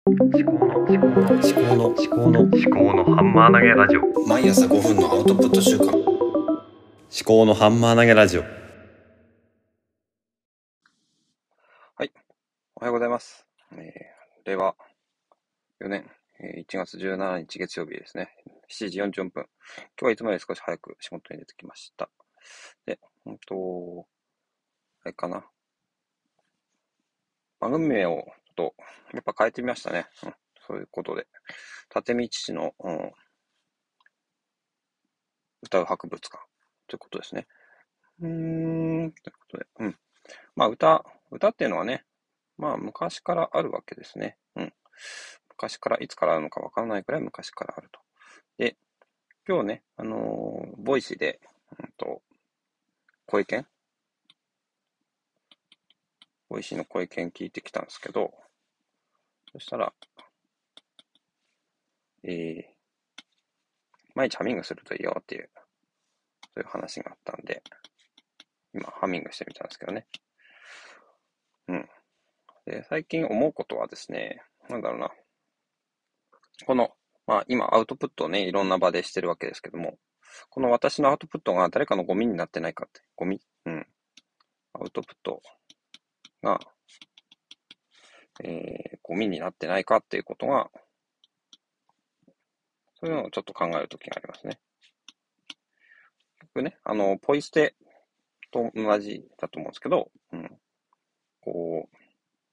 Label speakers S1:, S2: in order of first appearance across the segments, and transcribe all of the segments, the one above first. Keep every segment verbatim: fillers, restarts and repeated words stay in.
S1: 思考の思考の思考の思考の思考のハンマー投げラジオ。
S2: 毎朝ごふんのアウトプット週間。
S1: 思考のハンマー投げラジオ。
S3: はい、おはようございます。えー、令和よねん、えー、いちがつじゅうしちにち月曜日ですね。しちじよんじゅっぷん。今日はいつもより少し早く仕事に出てきました。で、本当、あれかな。番組名をちょっとやっぱ変えてみましたね。うん、そういうことで。立見父の、うん、歌う博物館ということですね。うーん、ということで。うん。まあ歌、歌っていうのはね、まあ昔からあるわけですね。うん。昔から、いつからあるのかわからないくらい昔からあると。で、今日ね、あのー、ボイシーで、うんと、声研ボイシーの声研聞いてきたんですけど、そしたら、えー、毎日ハミングするといいよっていう、そういう話があったんで、今ハミングしてみたんですけどね。うん。で、最近思うことはですね、なんだろうな。この、まあ今アウトプットをね、いろんな場でしてるわけですけども、この私のアウトプットが誰かのゴミになってないかって、ゴミうん。アウトプットが、えー、ゴミになってないかっていうことが、そういうのをちょっと考えるときがありますね。結局ね、あの、ポイ捨てと同じだと思うんですけど、うん。こう、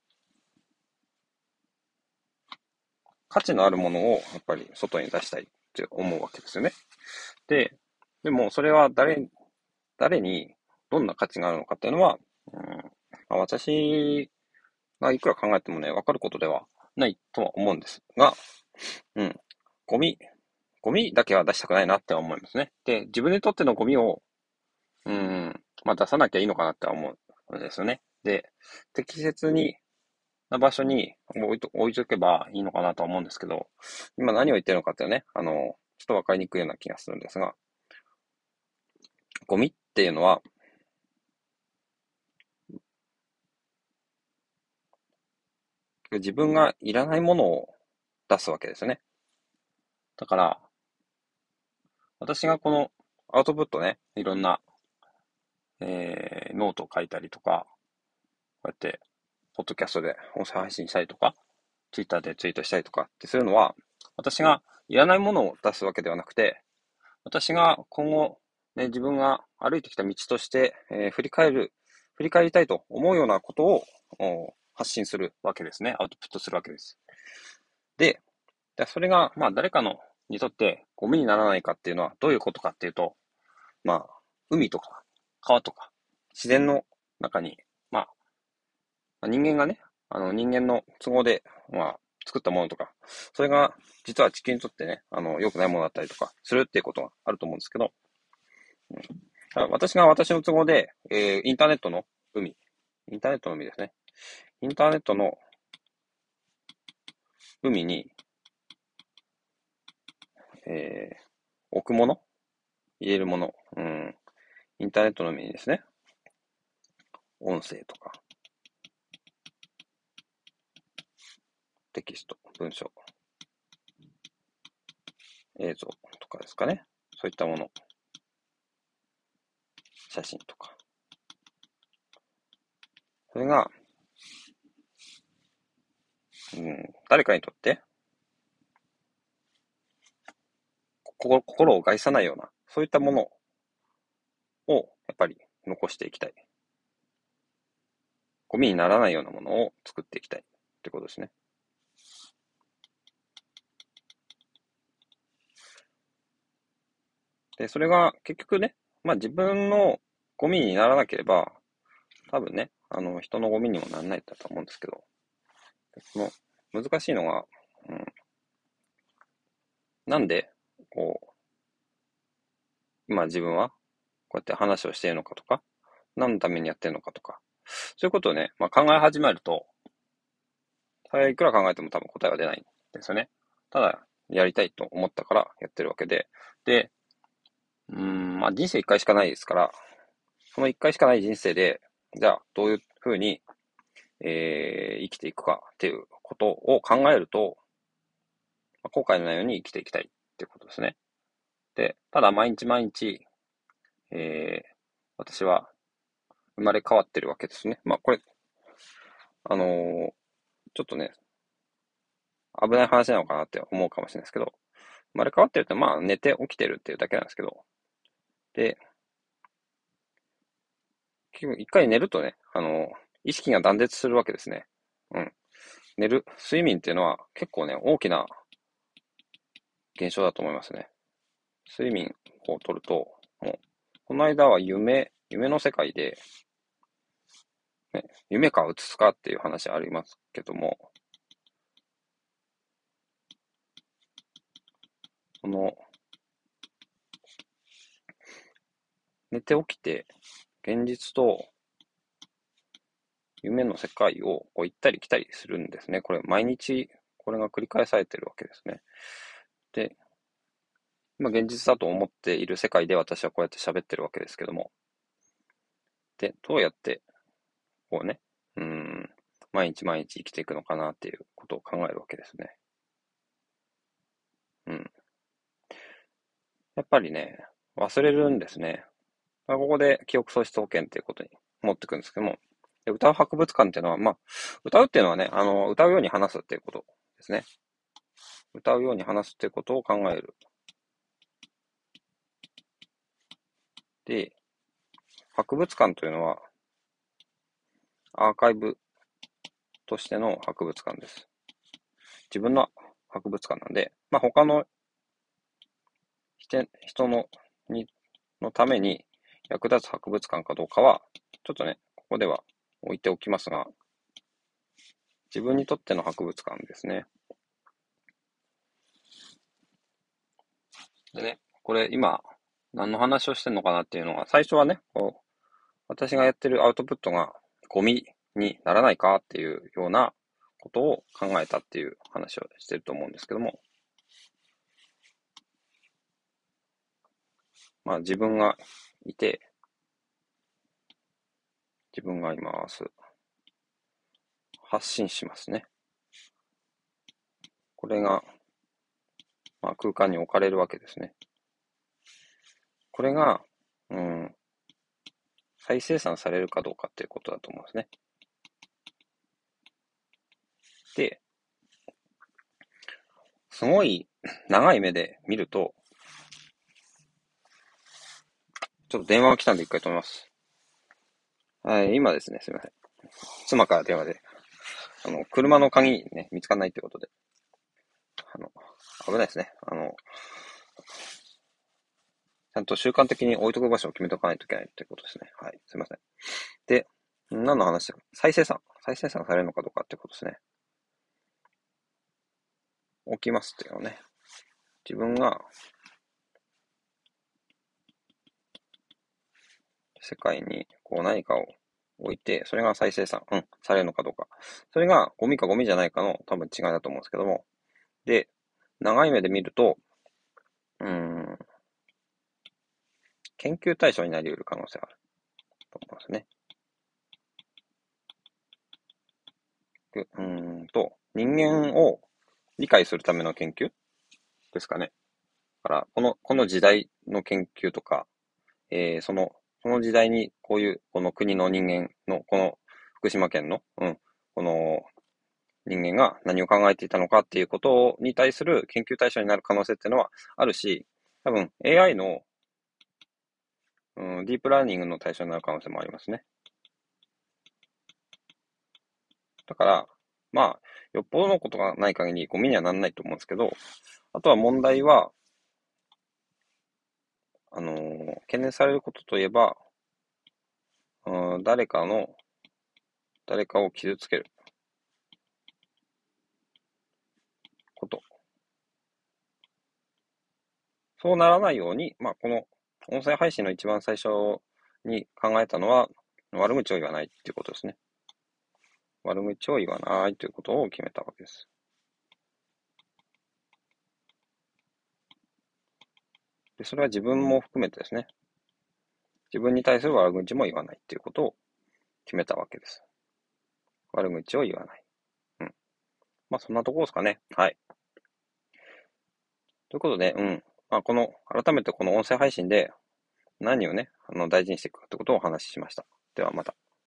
S3: 価値のあるものをやっぱり外に出したいって思うわけですよね。で、でもそれは誰、誰にどんな価値があるのかっていうのは、うんまあ、私がいくら考えてもね、わかることではないとは思うんですが、うん。ゴミ、ゴミだけは出したくないなって思いますね。で、自分にとってのゴミを、うん、まあ出さなきゃいいのかなって思うんですよね。で、適切にな場所に置いと置いとけばいいのかなと思うんですけど、今何を言ってるのかっていうね、あの、ちょっとわかりにくいような気がするんですが、ゴミっていうのは、自分がいらないものを出すわけですよね。だから、私がこのアウトプットね、いろんな、えー、ノートを書いたりとか、こうやって、ポッドキャストで音声配信したりとか、ツイッターでツイートしたりとかってするのは、私がいらないものを出すわけではなくて、私が今後、ね、自分が歩いてきた道として、えー振り返る、振り返りたいと思うようなことをお発信するわけですね。アウトプットするわけです。で、でそれが、まあ、誰かのにとってゴミにならないかっていうのはどういうことかっていうと、まあ、海とか川とか自然の中に、まあ、人間がね、あの人間の都合で、まあ、作ったものとか、それが実は地球にとってね、あの、良くないものだったりとかするっていうことがあると思うんですけど、うん、私が私の都合で、えー、インターネットの海、インターネットの海ですね。インターネットの海に、えー、置くもの入れるもの、うん、インターネットの海にですね、音声とか、テキスト、文章、映像とかですかね。そういったもの、写真とか。それが、うん、誰かにとって、こ心を害さないような、そういったものを、やっぱり残していきたい。ゴミにならないようなものを作っていきたい。ってことですね。で、それが結局ね、まあ自分のゴミにならなければ、多分ね、あの、人のゴミにもならないだと思うんですけど、その、難しいのが、うん、なんで、こう、今自分は、こうやって話をしているのかとか、何のためにやってるのかとか、そういうことをね、まあ考え始めると、いくら考えても多分答えは出ないんですよね。ただ、やりたいと思ったからやってるわけで、で、うーん、まあ人生一回しかないですから、その一回しかない人生で、じゃあどういうふうにえー生きていくかっていうことを考えると、まあ後悔のないように生きていきたいっていうことですね。で、ただ毎日毎日、えー私は生まれ変わってるわけですね。まあこれ、あのーちょっとね、危ない話なのかなって思うかもしれないですけど、生まれ変わってるって、まあ寝て起きてるっていうだけなんですけど、で、結局一回寝るとね、あの、意識が断絶するわけですね。うん。寝る、睡眠っていうのは結構ね、大きな現象だと思いますね。睡眠をとると、もう、この間は夢、夢の世界で、ね、夢かうつつかっていう話ありますけども、その、寝て起きて、現実と夢の世界をこう行ったり来たりするんですね。これ毎日これが繰り返されてるわけですね。で、今現実だと思っている世界で私はこうやって喋ってるわけですけども、で、どうやってこうね、うーん、毎日毎日生きていくのかなっていうことを考えるわけですね。うん。やっぱりね、忘れるんですね。ここで記憶喪失保険っていうことに持ってくるんですけども、で歌う博物館っていうのは、まあ、歌うっていうのはね、あの、歌うように話すっていうことですね。歌うように話すっていうことを考える。で、博物館というのは、アーカイブとしての博物館です。自分の博物館なんで、まあ、他の人のにのために役立つ博物館かどうかは、ちょっとね、ここでは置いておきますが、自分にとっての博物館ですね。でね、これ今、何の話をしてるのかなっていうのが、最初はね、こう、私がやってるアウトプットがゴミにならないかっていうようなことを考えたっていう話をしてると思うんですけども、まあ自分がいて、自分がいます。発信しますね。これが、まあ、空間に置かれるわけですね。これが、うん、再生産されるかどうかっていうことだと思うんですね。で、すごい長い目で見ると、ちょっと電話が来たんで一回止めます。はい、今ですね、すみません。妻から電話で、あの、車の鍵ね、見つかんないってことで、あの、危ないですね。あの、ちゃんと習慣的に置いとく場所を決めとかないといけないってことですね。はい、すみません。で、何の話だか。再生産。再生産されるのかどうかってことですね。起きますっていうのね。自分が世界にこう何かを置いて、それが再生産、うん、されるのかどうか。それがゴミかゴミじゃないかの多分違いだと思うんですけども。で、長い目で見ると、うーん、研究対象になり得る可能性があると思いますね。うーんと、人間を理解するための研究ですかね。だから、この、この時代の研究とか、えー、その、その時代にこういう、この国の人間の、この福島県の、うん、この人間が何を考えていたのかっていうことに対する研究対象になる可能性っていうのはあるし、多分 エーアイ の、うん、ディープラーニングの対象になる可能性もありますね。だから、まあ、よっぽどのことがない限りゴミにはならないと思うんですけど、あとは問題は、あのー懸念されることといえば、うん、誰かの、誰かを傷つけること。そうならないように、まあ、この音声配信の一番最初に考えたのは、悪口を言わないっていうことですね。悪口を言わないということを決めたわけです。で、それは自分も含めてですね、自分に対する悪口も言わないっていうことを決めたわけです。 悪口を言わない。うん。まあそんなところですかね。はい。ということで、うん。まあこの、改めてこの音声配信で何をね、あの大事にしていくかってことをお話ししました。ではまた。